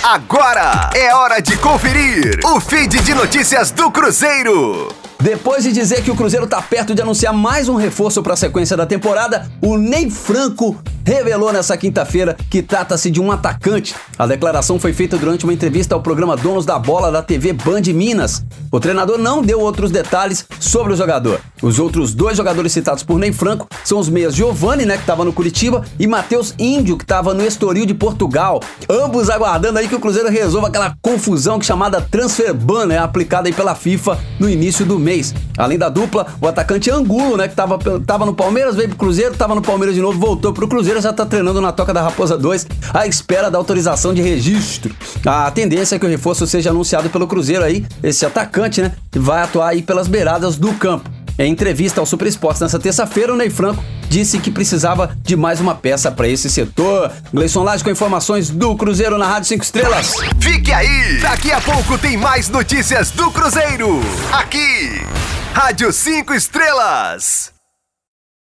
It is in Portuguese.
Agora é hora de conferir o feed de notícias do Cruzeiro. Depois de dizer que o Cruzeiro tá perto de anunciar mais um reforço para a sequência da temporada, o Ney Franco revelou nessa quinta-feira que trata-se de um atacante. A declaração foi feita durante uma entrevista ao programa Donos da Bola da TV Band Minas. O treinador não deu outros detalhes sobre o jogador. Os outros dois jogadores citados por Ney Franco são os meias Giovani, que estava no Curitiba, e Matheus Índio, que estava no Estoril de Portugal. Ambos aguardando aí que o Cruzeiro resolva aquela confusão chamada transfer ban, aplicada aí pela FIFA no início do mês. Além da dupla, o atacante Angulo, que tava no Palmeiras, veio pro Cruzeiro, tava no Palmeiras de novo, voltou pro Cruzeiro, já tá treinando na Toca da Raposa 2, à espera da autorização de registro. A tendência é que o reforço seja anunciado pelo Cruzeiro aí, esse atacante, vai atuar aí pelas beiradas do campo. Em entrevista ao Super Esportes nessa terça-feira, o Ney Franco disse que precisava de mais uma peça para esse setor. Gleison Lage com informações do Cruzeiro na Rádio 5 Estrelas. Fique aí! Daqui a pouco tem mais notícias do Cruzeiro. Aqui, Rádio 5 Estrelas.